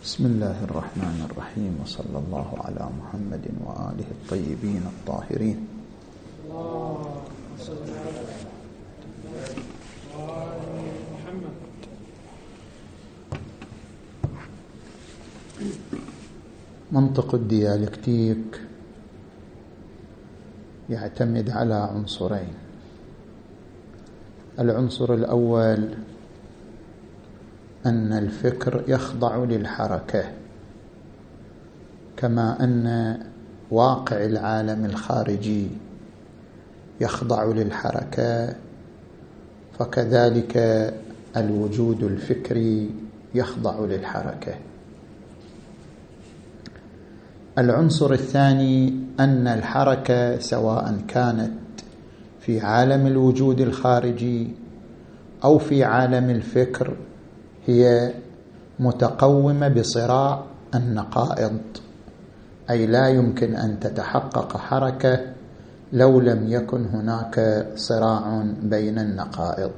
بسم الله الرحمن الرحيم، وصلى الله على محمد وآله الطيبين الطاهرين. منطق الديالكتيك يعتمد على عنصرين. العنصر الأول أن الفكر يخضع للحركة، كما أن واقع العالم الخارجي يخضع للحركة، فكذلك الوجود الفكري يخضع للحركة. العنصر الثاني أن الحركة سواء كانت في عالم الوجود الخارجي أو في عالم الفكر هي متقومة بصراع النقائض، أي لا يمكن أن تتحقق حركة لو لم يكن هناك صراع بين النقائض.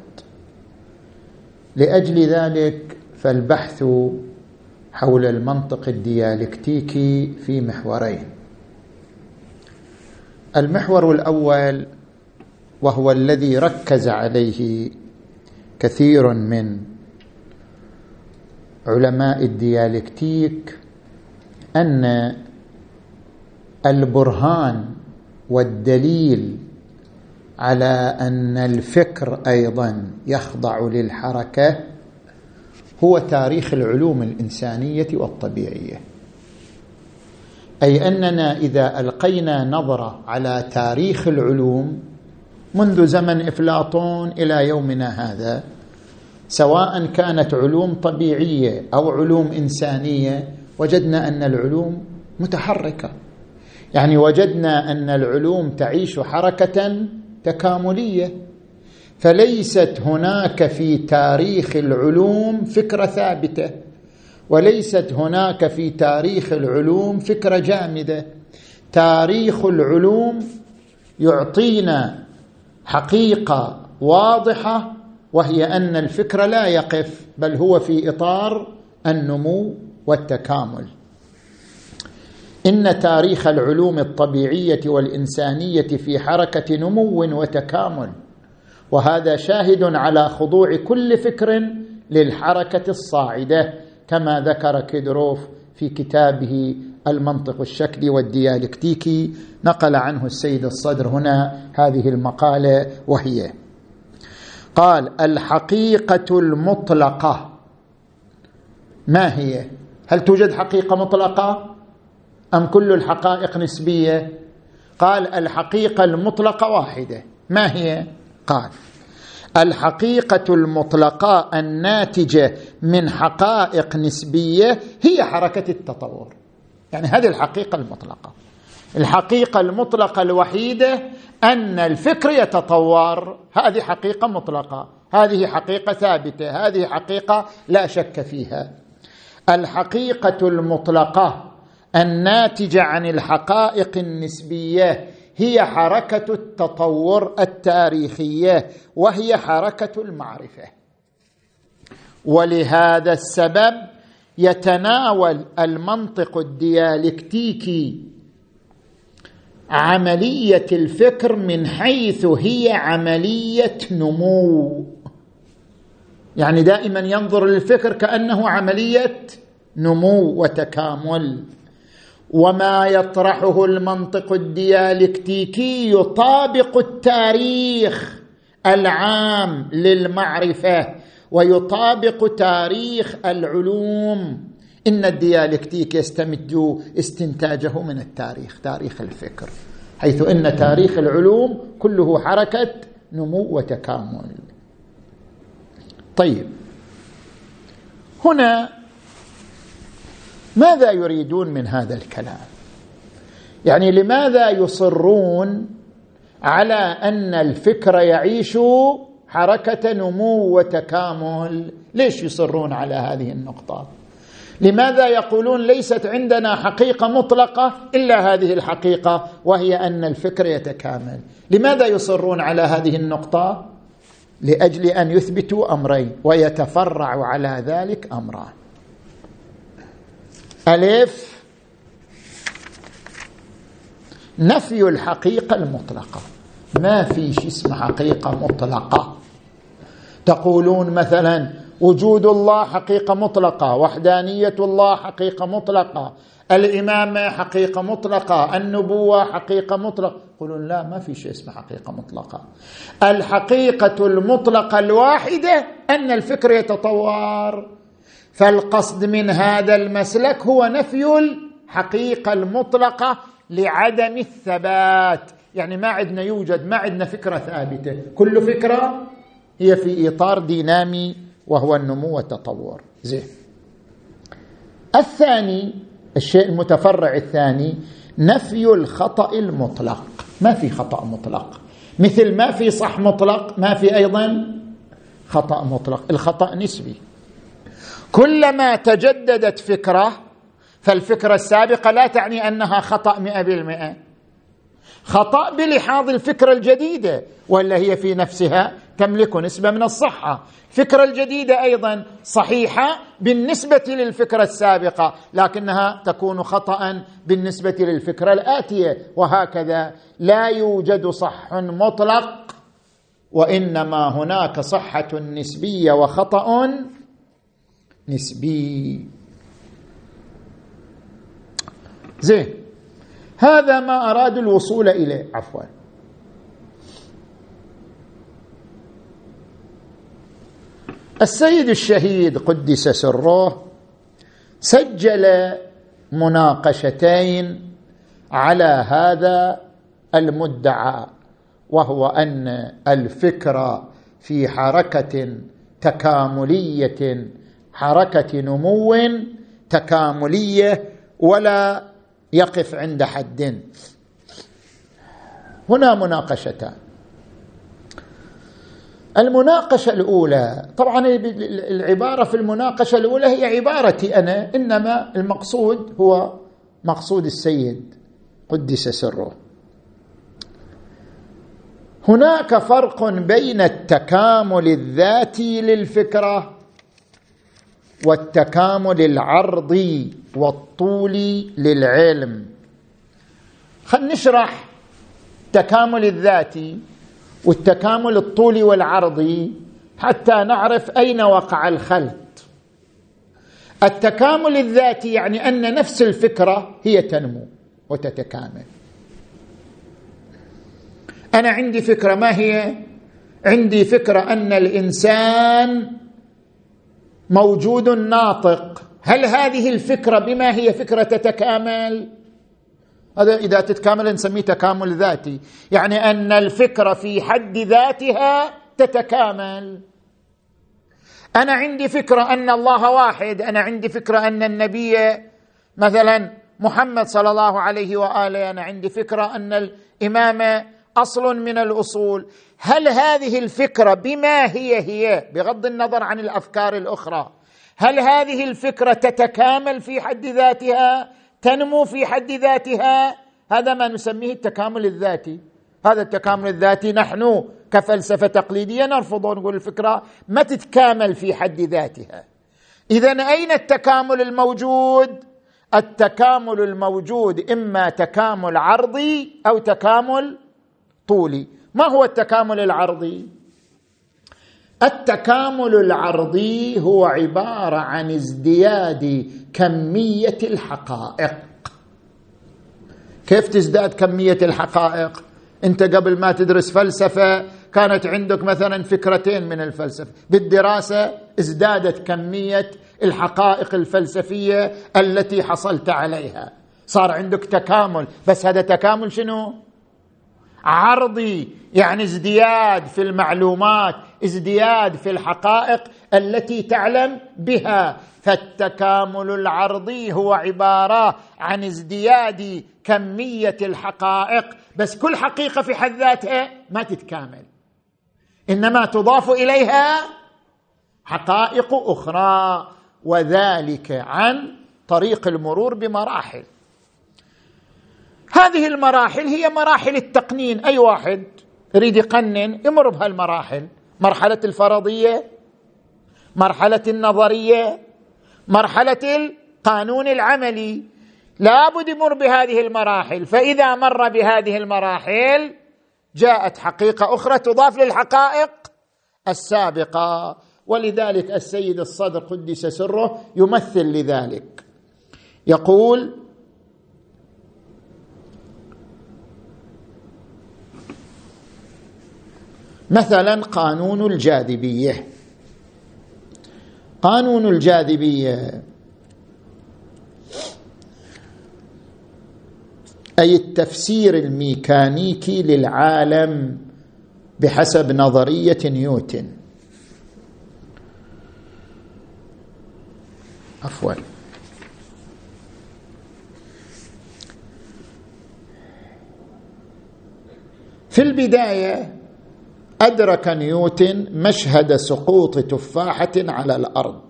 لأجل ذلك فالبحث حول المنطق الديالكتيكي في محورين. المحور الأول وهو الذي ركز عليه كثير من علماء الديالكتيك، أن البرهان والدليل على أن الفكر أيضا يخضع للحركة هو تاريخ العلوم الإنسانية والطبيعية. أي أننا إذا ألقينا نظرة على تاريخ العلوم منذ زمن أفلاطون إلى يومنا هذا، سواء كانت علوم طبيعية أو علوم إنسانية، وجدنا أن العلوم متحركة، يعني وجدنا أن العلوم تعيش حركة تكاملية، فليست هناك في تاريخ العلوم فكرة ثابتة، وليست هناك في تاريخ العلوم فكرة جامدة. تاريخ العلوم يعطينا حقيقة واضحة، وهي أن الفكر لا يقف، بل هو في إطار النمو والتكامل. إن تاريخ العلوم الطبيعية والإنسانية في حركة نمو وتكامل، وهذا شاهد على خضوع كل فكر للحركة الصاعدة، كما ذكر كيدروف في كتابه المنطق الشكلي والديالكتيكي. نقل عنه السيد الصدر هنا هذه المقالة، وهي قال: الحقيقة المطلقة ما هي؟ هل توجد حقيقة مطلقة أم كل الحقائق نسبية؟ قال: الحقيقة المطلقة واحدة. ما هي؟ قال: الحقيقة المطلقة الناتجة من حقائق نسبية هي حركة التطور. يعني هذه الحقيقة المطلقة. الحقيقة المطلقة الوحيدة أن الفكر يتطور، هذه حقيقة مطلقة، هذه حقيقة ثابتة، هذه حقيقة لا شك فيها. الحقيقة المطلقة الناتجة عن الحقائق النسبية هي حركة التطور التاريخية، وهي حركة المعرفة. ولهذا السبب يتناول المنطق الديالكتيكي عملية الفكر من حيث هي عملية نمو، يعني دائما ينظر للفكر كأنه عملية نمو وتكامل. وما يطرحه المنطق الديالكتيكي يطابق التاريخ العام للمعرفة ويطابق تاريخ العلوم. إن الديالكتيك يستمد استنتاجه من التاريخ، تاريخ الفكر، حيث إن تاريخ العلوم كله حركة نمو وتكامل. طيب، هنا ماذا يريدون من هذا الكلام؟ يعني لماذا يصرون على أن الفكر يعيش حركة نمو وتكامل؟ ليش يصرون على هذه النقطة؟ لماذا يقولون ليست عندنا حقيقة مطلقة إلا هذه الحقيقة، وهي أن الفكر يتكامل؟ لماذا يصرون على هذه النقطة؟ لأجل أن يثبتوا أمرين، ويتفرع على ذلك أمران. ألف، نفي الحقيقة المطلقة. ما في شيء اسمه حقيقة مطلقة. تقولون مثلا وجود الله حقيقة مطلقة، وحدانية الله حقيقة مطلقة، الإمامة حقيقة مطلقة، النبوة حقيقة مطلقة. يقولون لا، ما في شيء اسمه حقيقة مطلقة. الحقيقة المطلقة الواحدة أن الفكر يتطور. فالقصد من هذا المسلك هو نفي الحقيقة المطلقة لعدم الثبات. يعني ما عندنا فكرة ثابتة، كل فكرة هي في إطار دينامي وهو النمو والتطور. زين. الثاني، الشيء المتفرع الثاني، نفي الخطأ المطلق. ما في خطأ مطلق، مثل ما في صح مطلق ما في أيضا خطأ مطلق. الخطأ نسبي. كلما تجددت فكرة فالفكرة السابقة لا تعني أنها خطأ 100%، خطأ بلحاظ الفكرة الجديدة، ولا هي في نفسها تملك نسبة من الصحة. الفكرة الجديدة أيضا صحيحة بالنسبة للفكرة السابقة، لكنها تكون خطأ بالنسبة للفكرة الآتية، وهكذا. لا يوجد صح مطلق، وإنما هناك صحة نسبية وخطأ نسبي. زين، هذا ما أراد الوصول إليه. عفوا، السيد الشهيد قدس سره سجل مناقشتين على هذا المدعى، وهو أن الفكرة في حركة تكاملية، حركة نمو تكاملية، ولا يقف عند حد. هنا مناقشتان. المناقشة الأولى، طبعا العبارة في المناقشة الأولى هي عبارتي أنا، إنما المقصود هو مقصود السيد قدس سره. هناك فرق بين التكامل الذاتي للفكرة والتكامل العرضي والطولي للعلم. خلينا نشرح التكامل الذاتي والتكامل الطولي والعرضي حتى نعرف أين وقع الخلط. التكامل الذاتي يعني أن نفس الفكرة هي تنمو وتتكامل. أنا عندي فكرة، ما هي؟ عندي فكرة أن الإنسان موجود ناطق. هل هذه الفكرة بما هي فكرة تتكامل؟ هذا إذا تتكامل نسميه تكامل ذاتي، يعني أن الفكرة في حد ذاتها تتكامل. أنا عندي فكرة أن الله واحد، أنا عندي فكرة أن النبي مثلا محمد صلى الله عليه وآله، أنا عندي فكرة أن الإمامة أصل من الأصول. هل هذه الفكرة بما هي بغض النظر عن الأفكار الأخرى، هل هذه الفكرة تتكامل في حد ذاتها، تنمو في حد ذاتها؟ هذا ما نسميه التكامل الذاتي. هذا التكامل الذاتي نحن كفلسفة تقليدية نرفضه، نقول الفكرة ما تتكامل في حد ذاتها. إذن أين التكامل الموجود؟ التكامل الموجود إما تكامل عرضي أو تكامل طولي. ما هو التكامل العرضي؟ التكامل العرضي هو عبارة عن ازدياد كمية الحقائق. كيف تزداد كمية الحقائق؟ أنت قبل ما تدرس فلسفة كانت عندك مثلا فكرتين من الفلسفة، بالدراسة ازدادت كمية الحقائق الفلسفية التي حصلت عليها، صار عندك تكامل. بس هذا تكامل شنو؟ عرضي، يعني ازدياد في المعلومات، ازدياد في الحقائق التي تعلم بها. فالتكامل العرضي هو عبارة عن ازدياد كمية الحقائق، بس كل حقيقة في حد ذاتها ما تتكامل، إنما تضاف إليها حقائق أخرى، وذلك عن طريق المرور بمراحل. هذه المراحل هي مراحل التقنين. أي واحد يريد يقنن يمر بهالمراحل: مرحلة الفرضية، مرحلة النظرية، مرحلة قانون العملي لابد يمر بهذه المراحل، فإذا مر بهذه المراحل جاءت حقيقة أخرى تضاف للحقائق السابقة. ولذلك السيد الصدر قدس سره يمثل لذلك، يقول: مثلا قانون الجاذبية. قانون الجاذبية أي التفسير الميكانيكي للعالم بحسب نظرية نيوتن. عفوا، في البداية أدرك نيوتن مشهد سقوط تفاحة على الأرض،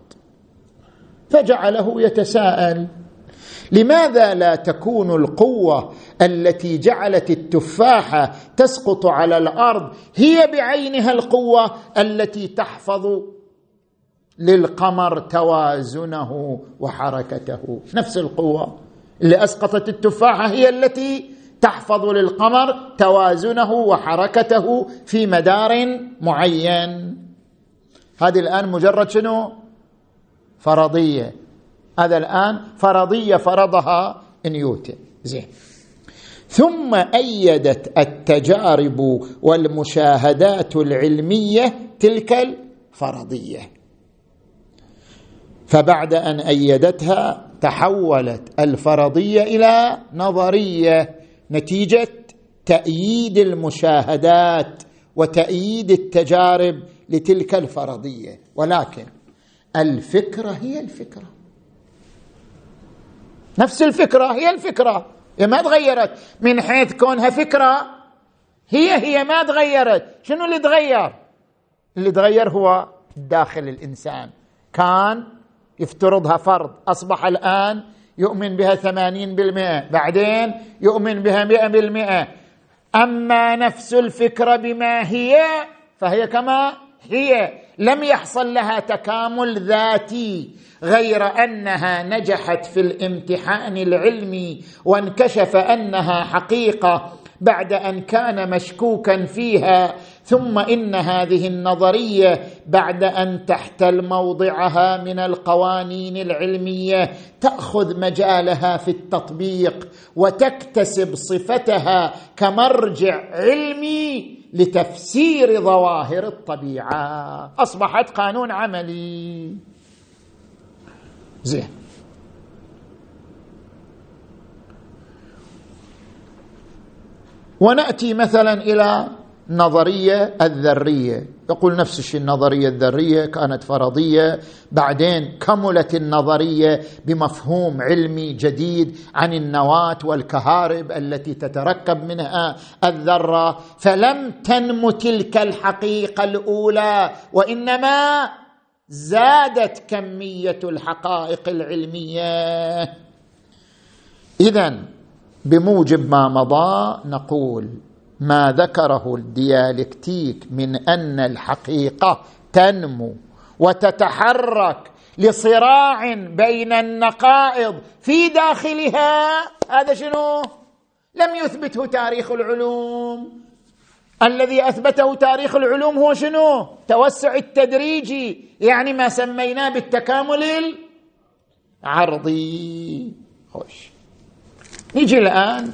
فجعله يتساءل: لماذا لا تكون القوة التي جعلت التفاحة تسقط على الأرض هي بعينها القوة التي تحفظ للقمر توازنه وحركته؟ نفس القوة اللي أسقطت التفاحة هي التي تحفظ للقمر توازنه وحركته في مدار معين. هذه الآن مجرد شنو؟ فرضية. هذا الآن فرضية فرضها نيوتن. زين. ثم أيدت التجارب والمشاهدات العلمية تلك الفرضية، فبعد أن أيدتها تحولت الفرضية إلى نظرية نتيجة تأييد المشاهدات وتأييد التجارب لتلك الفرضية. ولكن الفكرة هي الفكرة، نفس الفكرة هي الفكرة، هي ما تغيرت من حيث كونها فكرة، هي ما تغيرت. شنو اللي تغير؟ اللي تغير هو داخل الإنسان، كان يفترضها فرض، أصبح الآن يؤمن بها 80%، بعدين يؤمن بها 100%. أما نفس الفكرة بما هي فهي كما هي، لم يحصل لها تكامل ذاتي، غير أنها نجحت في الامتحان العلمي وانكشف أنها حقيقة بعد أن كان مشكوكا فيها. ثم إن هذه النظرية بعد أن تحتل موضعها من القوانين العلمية تأخذ مجالها في التطبيق وتكتسب صفتها كمرجع علمي لتفسير ظواهر الطبيعة، أصبحت قانون عملي. زين. ونأتي مثلا إلى نظرية الذرية، يقول نفس الشيء. النظرية الذرية كانت فرضية، بعدين كملت النظرية بمفهوم علمي جديد عن النواة والكهارب التي تتركب منها الذرة، فلم تنم تلك الحقيقة الأولى، وإنما زادت كمية الحقائق العلمية. إذن بموجب ما مضى نقول ما ذكره الديالكتيك من أن الحقيقة تنمو وتتحرك لصراع بين النقائض في داخلها، هذا شنو؟ لم يثبته تاريخ العلوم. الذي أثبته تاريخ العلوم هو شنو؟ توسع التدريجي، يعني ما سميناه بالتكامل العرضي. خوش، نيجي الآن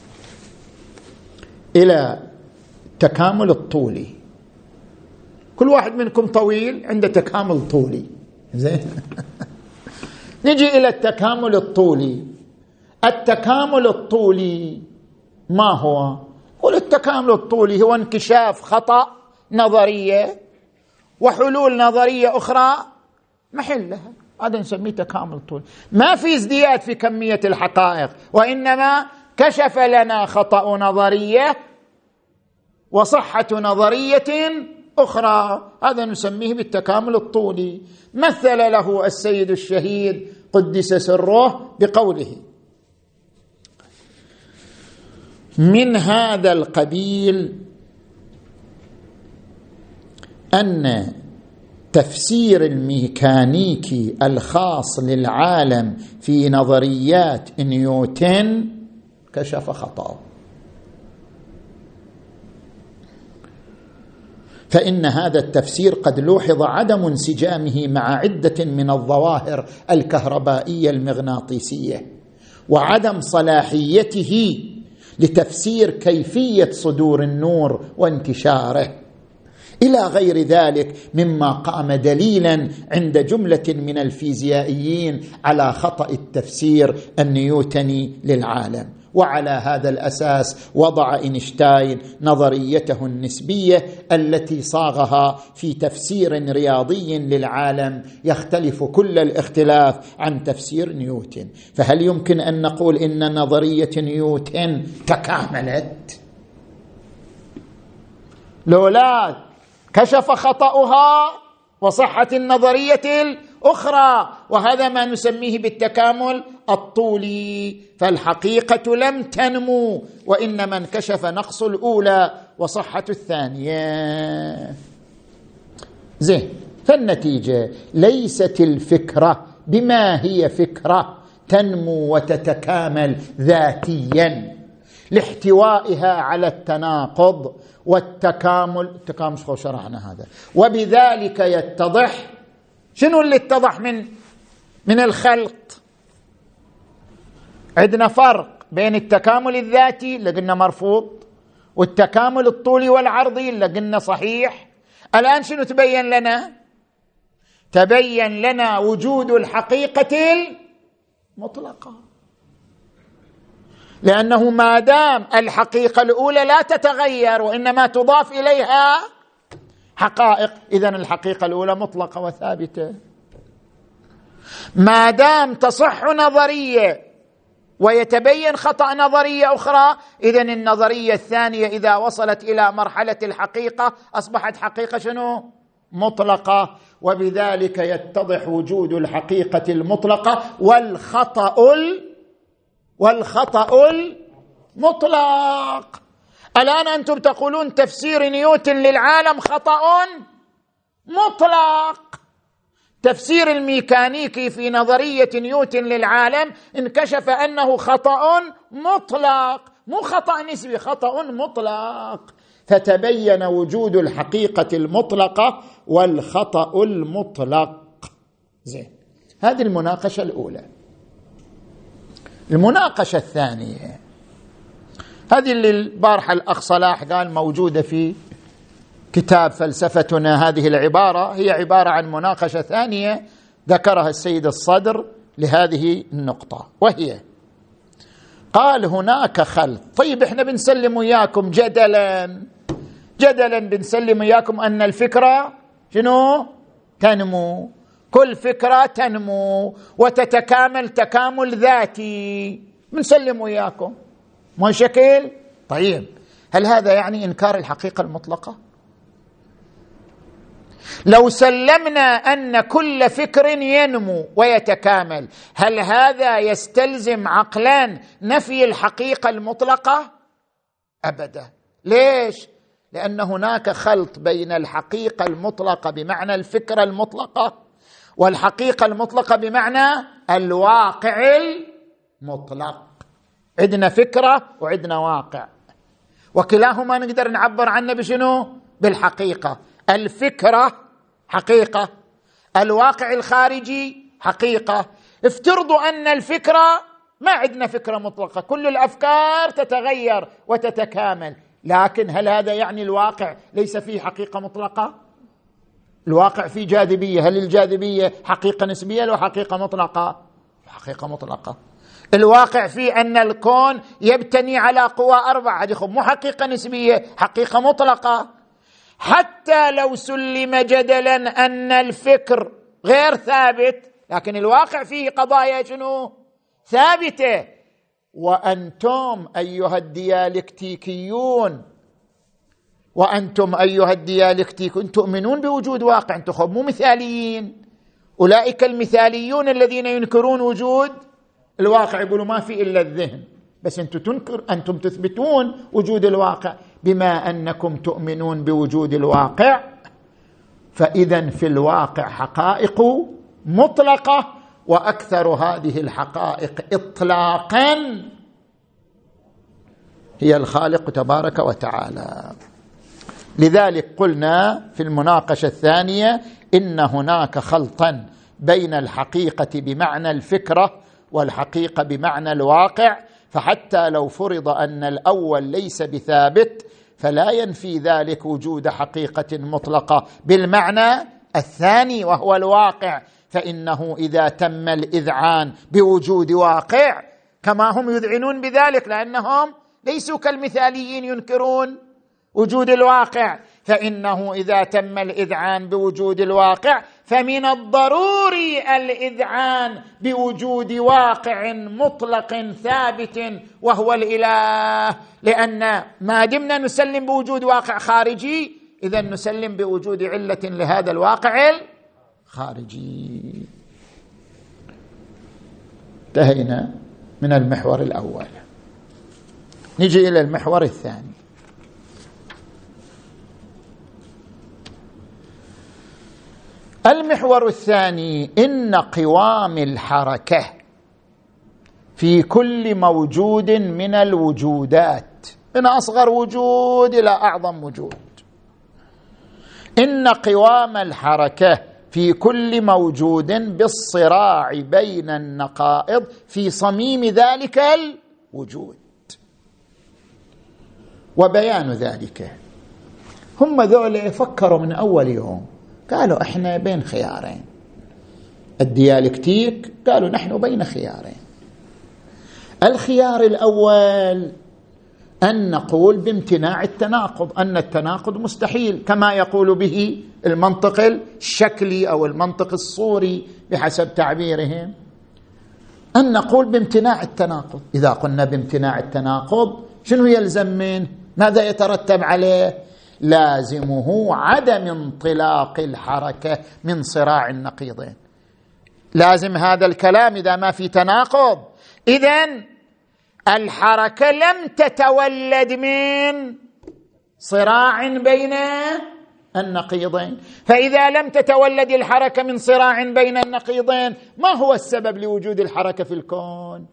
إلى التكامل الطولي. كل واحد منكم طويل عنده تكامل طولي، زين. نيجي إلى التكامل الطولي. التكامل الطولي ما هو؟ قل التكامل الطولي هو انكشاف خطأ نظرية وحلول نظرية أخرى محلها، هذا نسميه تكامل طولي. ما في ازدياد في كمية الحقائق، وإنما كشف لنا خطأ نظرية وصحة نظرية أخرى، هذا نسميه بالتكامل الطولي. مثل له السيد الشهيد قدس سره بقوله: من هذا القبيل أن التفسير الميكانيكي الخاص للعالم في نظريات نيوتن كشف خطأه، فإن هذا التفسير قد لوحظ عدم انسجامه مع عدة من الظواهر الكهربائية المغناطيسية، وعدم صلاحيته لتفسير كيفية صدور النور وانتشاره إلى غير ذلك، مما قام دليلا عند جملة من الفيزيائيين على خطأ التفسير النيوتني للعالم. وعلى هذا الأساس وضع إينشتاين نظريته النسبية التي صاغها في تفسير رياضي للعالم يختلف كل الاختلاف عن تفسير نيوتن. فهل يمكن أن نقول إن نظرية نيوتن تكاملت لولا كشف خطأها وصحة النظرية الأخرى؟ وهذا ما نسميه بالتكامل الطولي. فالحقيقة لم تنمو، وإنما انكشف نقص الأولى وصحة الثانية. زين، فالنتيجة ليست الفكرة بما هي فكرة تنمو وتتكامل ذاتيا لاحتوائها على التناقض والتكامل. التكامل شو شرحنا هذا، وبذلك يتضح شنو اللي اتضح من الخلط. عندنا فرق بين التكامل الذاتي اللي قلنا مرفوض والتكامل الطولي والعرضي اللي قلنا صحيح. الآن شنو تبين لنا؟ تبين لنا وجود الحقيقة المطلقة، لأنه ما دام الحقيقة الأولى لا تتغير وإنما تضاف إليها حقائق، إذن الحقيقة الأولى مطلقة وثابتة. ما دام تصح نظرية ويتبين خطأ نظرية أخرى، إذن النظرية الثانية إذا وصلت إلى مرحلة الحقيقة أصبحت حقيقة شنو؟ مطلقة. وبذلك يتضح وجود الحقيقة المطلقة والخطأ المطلق. الآن أنتم تقولون تفسير نيوتن للعالم خطأ مطلق. تفسير الميكانيكي في نظرية نيوتن للعالم انكشف أنه خطأ مطلق، مو خطأ نسبي، خطأ مطلق. فتبين وجود الحقيقة المطلقة والخطأ المطلق. زين، هذه المناقشة الأولى. المناقشة الثانية هذه اللي البارحة الأخ صلاح قال موجودة في كتاب فلسفتنا. هذه العبارة هي عبارة عن مناقشة ثانية ذكرها السيد الصدر لهذه النقطة، وهي قال هناك خلط. طيب احنا بنسلم وياكم جدلا بنسلم وياكم أن الفكرة شنو؟ تنمو، كل فكرة تنمو وتتكامل تكامل ذاتي، بنسلم وياكم مو شكل. طيب هل هذا يعني إنكار الحقيقة المطلقة؟ لو سلمنا أن كل فكر ينمو ويتكامل، هل هذا يستلزم عقلا نفي الحقيقة المطلقة؟ أبدا. ليش؟ لأن هناك خلط بين الحقيقة المطلقة بمعنى الفكرة المطلقة والحقيقة المطلقة بمعنى الواقع المطلق. عندنا فكرة وعندنا واقع، وكلاهما نقدر نعبر عنه بشنو؟ بالحقيقة. الفكرة حقيقة، الواقع الخارجي حقيقة. افترضوا أن الفكرة ما عندنا فكرة مطلقة، كل الأفكار تتغير وتتكامل، لكن هل هذا يعني الواقع ليس فيه حقيقة مطلقة؟ الواقع فيه جاذبية، هل الجاذبية حقيقة نسبية أو حقيقة مطلقة؟ حقيقة مطلقة. الواقع فيه أن الكون يبتني على قوى 4، هذه مو حقيقة نسبية، حقيقة مطلقة. حتى لو سلم جدلا أن الفكر غير ثابت، لكن الواقع فيه قضايا شنو؟ ثابتة. وأنتم أيها الديالكتيكيون تؤمنون بوجود واقع، أنتم مو مثاليين. أولئك المثاليون الذين ينكرون وجود الواقع يقولوا ما في إلا الذهن، بس أنتم تثبتون وجود الواقع. بما أنكم تؤمنون بوجود الواقع فإذا في الواقع حقائق مطلقة، وأكثر هذه الحقائق إطلاقا هي الخالق تبارك وتعالى. لذلك قلنا في المناقشة الثانية إن هناك خلطا بين الحقيقة بمعنى الفكرة والحقيقة بمعنى الواقع، فحتى لو فرض أن الأول ليس بثابت فلا ينفي ذلك وجود حقيقة مطلقة بالمعنى الثاني وهو الواقع، فإنه إذا تم الإذعان بوجود واقع كما هم يذعنون بذلك لأنهم ليسوا كالمثاليين ينكرون وجود الواقع، فإنه إذا تم الإذعان بوجود الواقع فمن الضروري الإذعان بوجود واقع مطلق ثابت وهو الإله، لأن ما دمنا نسلم بوجود واقع خارجي إذا نسلم بوجود علة لهذا الواقع الخارجي. انتهينا من المحور الأول، نجي إلى المحور الثاني. المحور الثاني إن قوام الحركة في كل موجود من الوجودات من أصغر وجود إلى أعظم وجود، إن قوام الحركة في كل موجود بالصراع بين النقائض في صميم ذلك الوجود. وبيان ذلك هم ذولا فكروا من أول يوم، قالوا احنا بين خيارين. الديالكتيك قالوا نحن بين خيارين. الخيار الأول أن نقول بامتناع التناقض، أن التناقض مستحيل كما يقول به المنطق الشكلي أو المنطق الصوري بحسب تعبيرهم، أن نقول بامتناع التناقض. إذا قلنا بامتناع التناقض شنو يلزم منه؟ ماذا يترتب عليه؟ لازمه عدم انطلاق الحركة من صراع النقيضين. لازم هذا الكلام إذا ما في تناقض إذن الحركة لم تتولد من صراع بين النقيضين، فإذا لم تتولد الحركة من صراع بين النقيضين ما هو السبب لوجود الحركة في الكون؟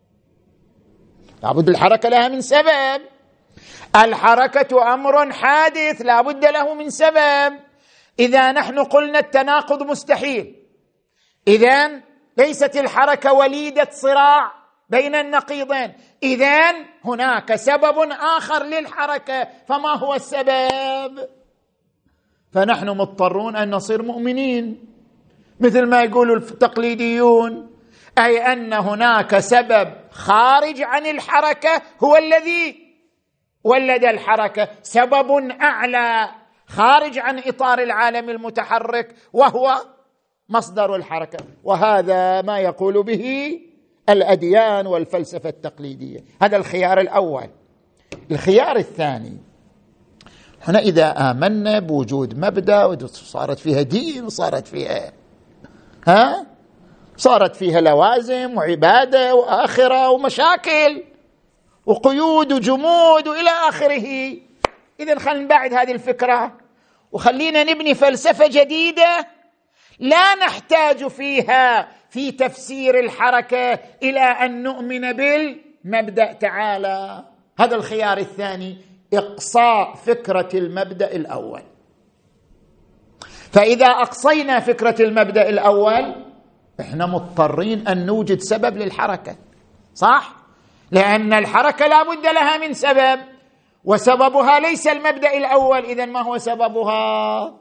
لابد الحركة لها من سبب، الحركة أمر حادث لا بد له من سبب. إذا نحن قلنا التناقض مستحيل إذن ليست الحركة وليدة صراع بين النقيضين، إذن هناك سبب آخر للحركة، فما هو السبب؟ فنحن مضطرون أن نصير مؤمنين مثل ما يقول التقليديون، أي أن هناك سبب خارج عن الحركة هو الذي ولد الحركة، سبب أعلى خارج عن إطار العالم المتحرك وهو مصدر الحركة. وهذا ما يقول به الأديان والفلسفة التقليدية. هذا الخيار الأول. الخيار الثاني، هنا إذا آمنا بوجود مبدأ وصارت فيها دين وصارت فيها صارت فيها لوازم وعبادة وآخرة ومشاكل وقيود وجمود وإلى آخره، إذن خلينا نبعد هذه الفكرة وخلينا نبني فلسفة جديدة لا نحتاج فيها في تفسير الحركة إلى أن نؤمن بالمبدأ تعالى. هذا الخيار الثاني، إقصاء فكرة المبدأ الأول. فإذا أقصينا فكرة المبدأ الأول إحنا مضطرين أن نوجد سبب للحركة، صح؟ لأن الحركة لا بد لها من سبب، وسببها ليس المبدأ الأول. إذن ما هو سببها؟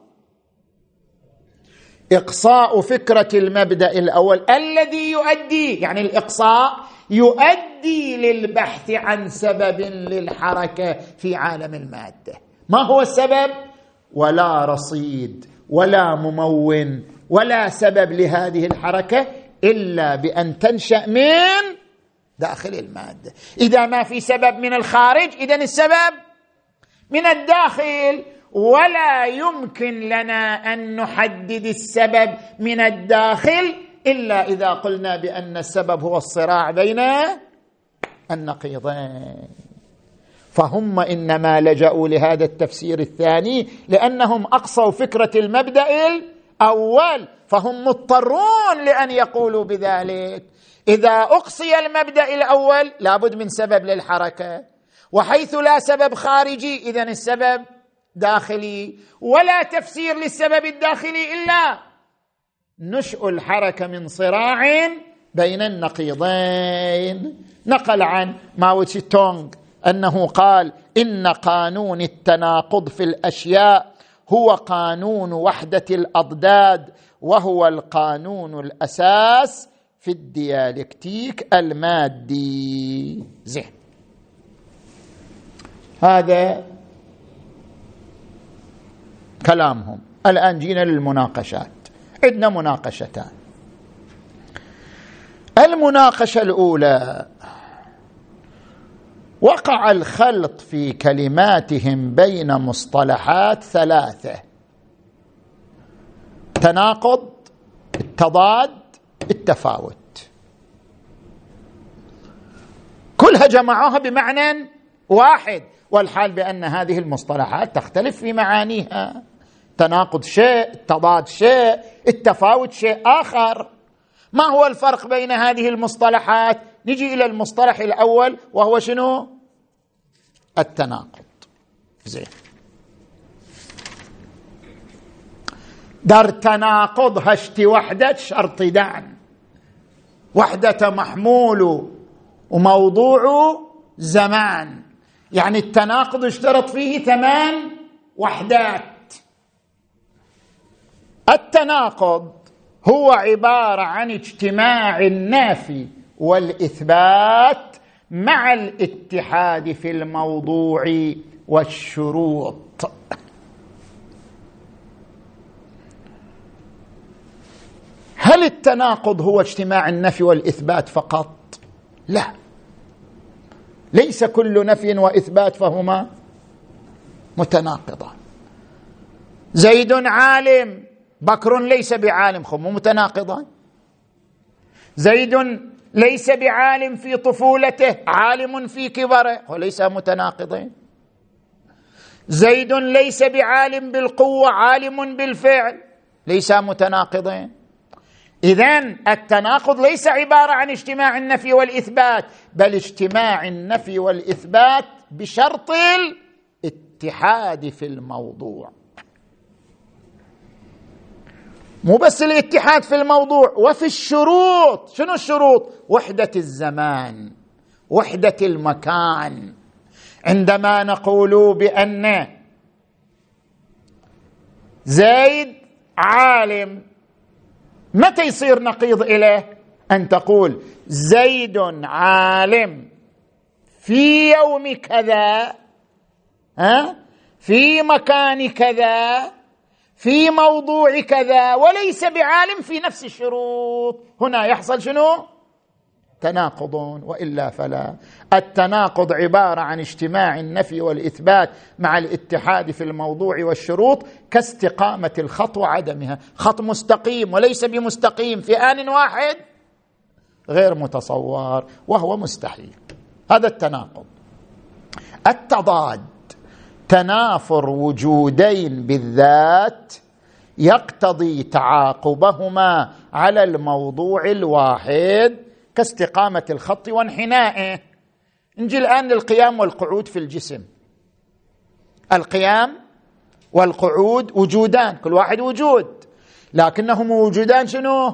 إقصاء فكرة المبدأ الأول الذي يؤدي، يعني الإقصاء يؤدي للبحث عن سبب للحركة في عالم المادة. ما هو السبب؟ ولا رصيد ولا ممون ولا سبب لهذه الحركة إلا بأن تنشأ من داخل المادة. إذا ما في سبب من الخارج إذن السبب من الداخل، ولا يمكن لنا أن نحدد السبب من الداخل إلا إذا قلنا بأن السبب هو الصراع بين النقيضين. فهم إنما لجأوا لهذا التفسير الثاني لأنهم أقصوا فكرة المبدأ الأول، فهم مضطرون لأن يقولوا بذلك. إذا أقصي المبدأ الأول لابد من سبب للحركة، وحيث لا سبب خارجي إذن السبب داخلي، ولا تفسير للسبب الداخلي إلا نشأ الحركة من صراع بين النقيضين. نقل عن ماو تسي تونغ أنه قال: إن قانون التناقض في الأشياء هو قانون وحدة الأضداد، وهو القانون الأساس في الديالكتيك المادي. زين، هذا كلامهم. الآن جينا للمناقشات. عندنا مناقشتان. المناقشة الأولى: وقع الخلط في كلماتهم بين مصطلحات ثلاثة: التناقض، التضاد، التفاوت، كلها جمعوها بمعنى واحد، والحال بأن هذه المصطلحات تختلف في معانيها. تناقض شيء، التضاد شيء، التفاوت شيء آخر. ما هو الفرق بين هذه المصطلحات؟ نجي إلى المصطلح الأول وهو شنو؟ التناقض. زين، در تناقض هشتي وحدة شرط دعن، وحدة محمول وموضوع زمان، يعني التناقض اشترط فيه 8 وحدات. التناقض هو عبارة عن اجتماع النافي والإثبات مع الاتحاد في الموضوع والشروط. هل التناقض هو اجتماع النفي والإثبات فقط؟ لا، ليس كل نفي وإثبات فهما متناقضان. زيد عالم، بكر ليس بعالم، هم متناقضان. زيد ليس بعالم في طفولته، عالم في كبره، وليس متناقضين. زيد ليس بعالم بالقوة، عالم بالفعل، ليس متناقضين. إذن التناقض ليس عبارة عن اجتماع النفي والإثبات، بل اجتماع النفي والإثبات بشرط الاتحاد في الموضوع. مو بس الاتحاد في الموضوع، وفي الشروط. شنو الشروط؟ وحدة الزمان، وحدة المكان. عندما نقول بأن زيد عالم، متى يصير نقيض إليه؟ أن تقول زيد عالم في يوم كذا، في مكان كذا، في موضوع كذا، وليس بعالم في نفس الشروط. هنا يحصل شنو؟ تناقض، وإلا فلا. التناقض عبارة عن اجتماع النفي والإثبات مع الاتحاد في الموضوع والشروط، كاستقامة الخط وعدمها. خط مستقيم وليس بمستقيم في آن واحد غير متصور، وهو مستحيل. هذا التناقض. التضاد: تنافر وجودين بالذات يقتضي تعاقبهما على الموضوع الواحد، كاستقامة الخط وانحنائه. نجي الآن للقيام والقعود في الجسم. القيام والقعود وجودان، كل واحد وجود، لكنهم وجودان شنو؟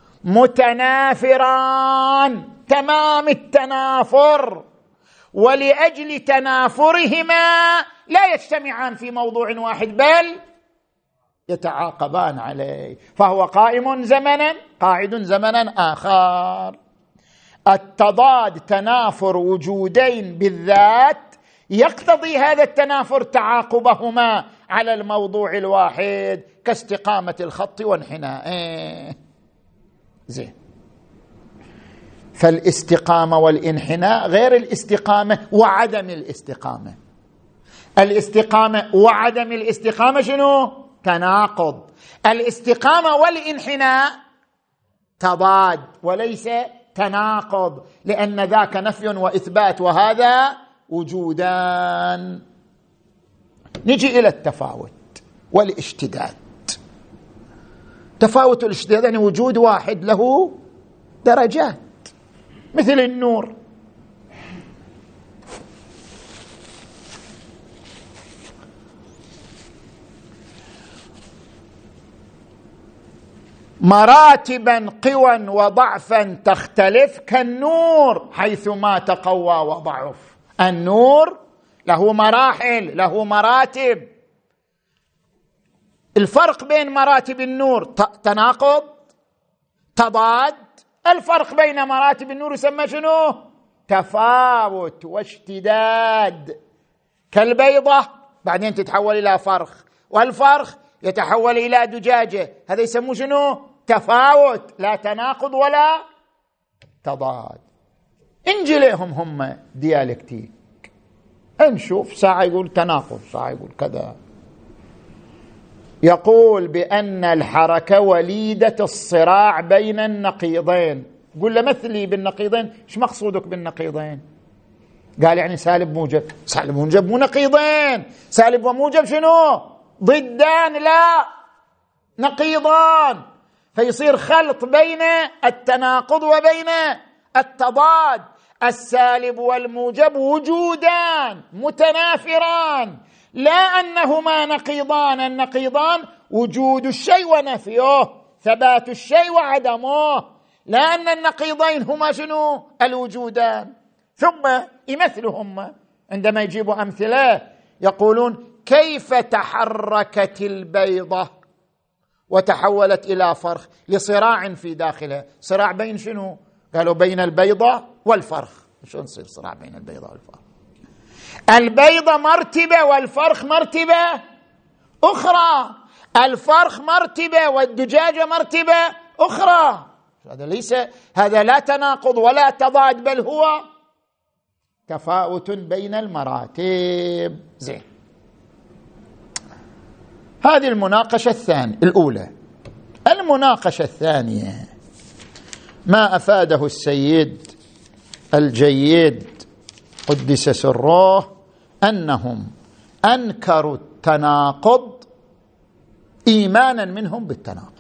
متنافران تمام التنافر، ولأجل تنافرهما لا يجتمعان في موضوع واحد بل يتعاقبان عليه، فهو قائم زمنا قاعد زمنا آخر. التضاد تنافر وجودين بالذات يقتضي هذا التنافر تعاقبهما على الموضوع الواحد، كاستقامة الخط وانحنائه. زين، فالاستقامة والانحناء غير الاستقامة وعدم الاستقامة. الاستقامة وعدم الاستقامة شنو؟ تناقض. الاستقامة والانحناء تضاد وليس تناقض، لأن ذاك نفي وإثبات وهذا وجودان. نجي إلى التفاوت والاشتداد. تفاوت الاشتداد يعني وجود واحد له درجات، مثل النور. مراتبا قوى وضعفا تختلف كالنور حيثما تقوى وضعف. النور له مراحل، له مراتب. الفرق بين مراتب النور تناقض، تضاد. الفرق بين مراتب النور يسمى شنو؟ تفاوت واشتداد. كالبيضة بعدين تتحول إلى فرخ، والفرخ يتحول إلى دجاجة، هذا يسموه شنو؟ تفاوت، لا تناقض ولا تضاد. انجي لهم هم ديالكتيك، نشوف ساعة يقول تناقض، ساعة يقول كذا. يقول بأن الحركة وليدة الصراع بين النقيضين. قل له مثلي بالنقيضين، ايش مقصودك بالنقيضين؟ قال يعني سالب موجب. سالب موجب مو نقيضين، سالب وموجب شنو؟ ضدان لا نقيضان. فيصير خلط بين التناقض وبين التضاد. السالب والموجب وجودان متنافران، لا أنهما نقيضان. النقيضان وجود الشيء ونفيه، ثبات الشيء وعدمه، لا أن النقيضين هما شنو؟ الوجودان. ثم يمثلهم عندما يجيبوا أمثلة، يقولون كيف تحركت البيضة وتحولت إلى فرخ لصراع في داخلها. صراع بين شنو؟ قالوا بين البيضة والفرخ. شلون يصير صراع بين البيضة والفرخ؟ البيضة مرتبة والفرخ مرتبة أخرى، الفرخ مرتبة والدجاجة مرتبة أخرى. هذا لا تناقض ولا تضاد، بل هو تفاوت بين المراتب. زين، هذه المناقشة الأولى. المناقشة الثانية ما أفاده السيد الجيد قدس سره، أنهم أنكروا التناقض إيمانا منهم بالتناقض،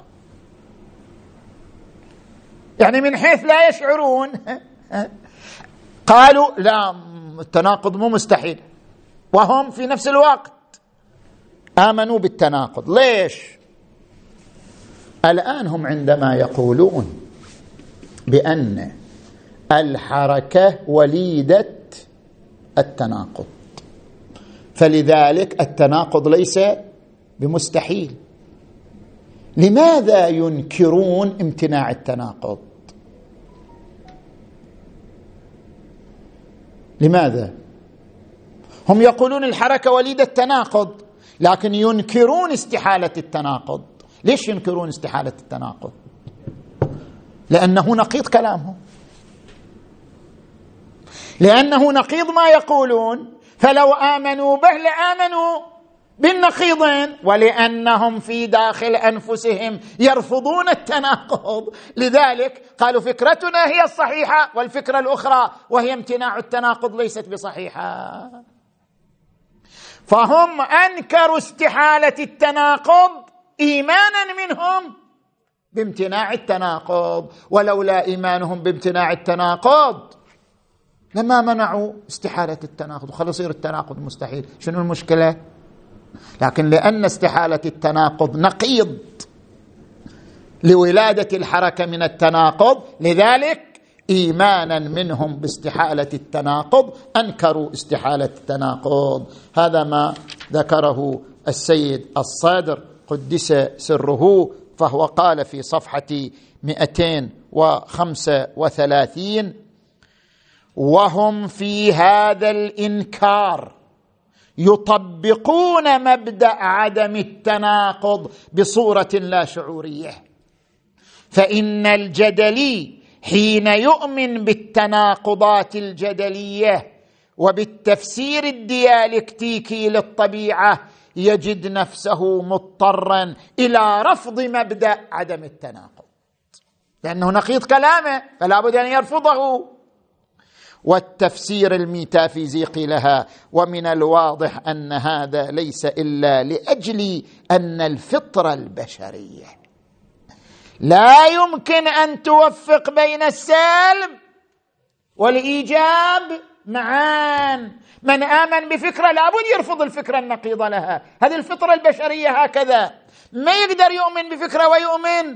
يعني من حيث لا يشعرون قالوا لا التناقض مو مستحيل، وهم في نفس الوقت آمنوا بالتناقض. ليش؟ الآن هم عندما يقولون بأن الحركة وليدة التناقض، فلذلك التناقض ليس بمستحيل. لماذا ينكرون امتناع التناقض؟ لماذا؟ هم يقولون الحركة وليدة التناقض، لكن ينكرون استحالة التناقض. ليش ينكرون استحالة التناقض؟ لأنه نقيض كلامهم، لأنه نقيض ما يقولون، فلو آمنوا به لآمنوا بالنقيضين، ولأنهم في داخل أنفسهم يرفضون التناقض، لذلك قالوا فكرتنا هي الصحيحة والفكرة الأخرى وهي امتناع التناقض ليست بصحيحة. فهم أنكروا استحالة التناقض إيمانا منهم بامتناع التناقض، ولولا إيمانهم بامتناع التناقض لما منعوا استحالة التناقض وخلص يصير التناقض مستحيل. شنو المشكلة؟ لكن لأن استحالة التناقض نقيض لولادة الحركة من التناقض، لذلك إيمانا منهم باستحالة التناقض أنكروا استحالة التناقض. هذا ما ذكره السيد الصادر قدس سره، فهو قال في صفحة 235: وهم في هذا الإنكار يطبقون مبدأ عدم التناقض بصورة لا شعورية، فإن الجدلي حين يؤمن بالتناقضات الجدلية وبالتفسير الديالكتيكي للطبيعة يجد نفسه مضطرا إلى رفض مبدأ عدم التناقض، لأنه نقيض كلامه فلا بد أن يرفضه. والتفسير الميتافيزيقي لها. ومن الواضح أن هذا ليس إلا لأجل أن الفطرة البشرية لا يمكن أن توفق بين السلب والإيجاب معا. من آمن بفكرة لابد يرفض الفكرة النقيضة لها، هذه الفطرة البشرية هكذا، ما يقدر يؤمن بفكرة ويؤمن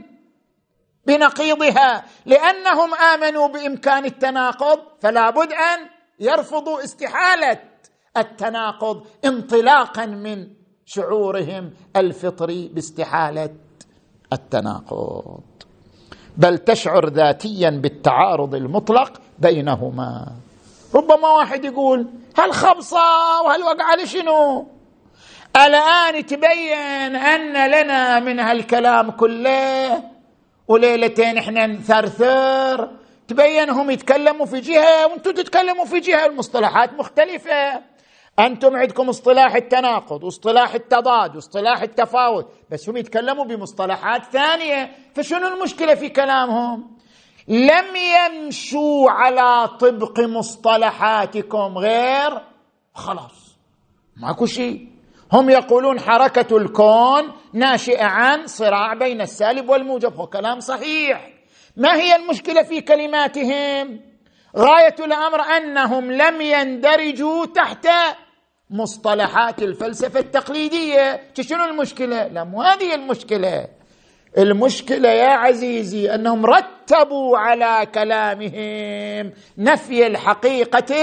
بنقيضها، لأنهم آمنوا بإمكان التناقض فلا بد أن يرفضوا استحالة التناقض انطلاقا من شعورهم الفطري باستحالة التناقض، بل تشعر ذاتيا بالتعارض المطلق بينهما. ربما واحد يقول هالخبصة وهالوقعة لشنو؟ الآن تبين أن لنا من هالكلام كله وليلتين احنا نثرثر، تبين هم يتكلموا في جهة وانتم تتكلموا في جهة، المصطلحات مختلفة. أنتم عندكم اصطلاح التناقض واصطلاح التضاد واصطلاح التفاوت، بس هم يتكلموا بمصطلحات ثانية، فشنو المشكلة في كلامهم؟ لم يمشوا على طبق مصطلحاتكم غير خلاص ماكو شيء. هم يقولون حركة الكون ناشئة عن صراع بين السالب والموجب، هو كلام صحيح. ما هي المشكلة في كلماتهم؟ غاية الأمر أنهم لم يندرجوا تحت مصطلحات الفلسفة التقليدية. شنو المشكلة؟ لا، مو هذه المشكلة. المشكلة يا عزيزي أنهم رتبوا على كلامهم نفي الحقيقة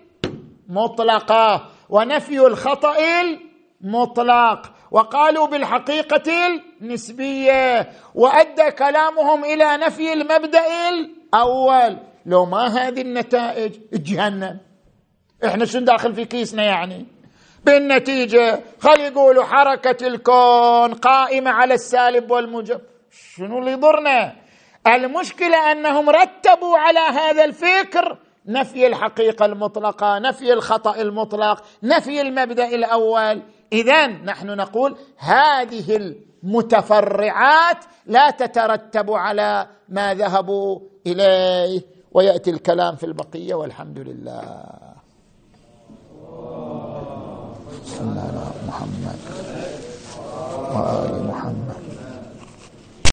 المطلقة ونفي الخطأ المطلق، وقالوا بالحقيقة النسبية، وأدى كلامهم إلى نفي المبدأ الأول. لو ما هذه النتائج جهنم، إحنا شو داخل في كيسنا يعني؟ بالنتيجة خل يقولوا حركة الكون قائمة على السالب والموجب، شنو اللي يضرنا؟ المشكلة أنهم رتبوا على هذا الفكر نفي الحقيقة المطلقة، نفي الخطأ المطلق، نفي المبدأ الأول. إذن نحن نقول هذه المتفرعات لا تترتب على ما ذهبوا إليه، ويأتي الكلام في البقية والحمد لله. صلى الله على محمد وآل محمد.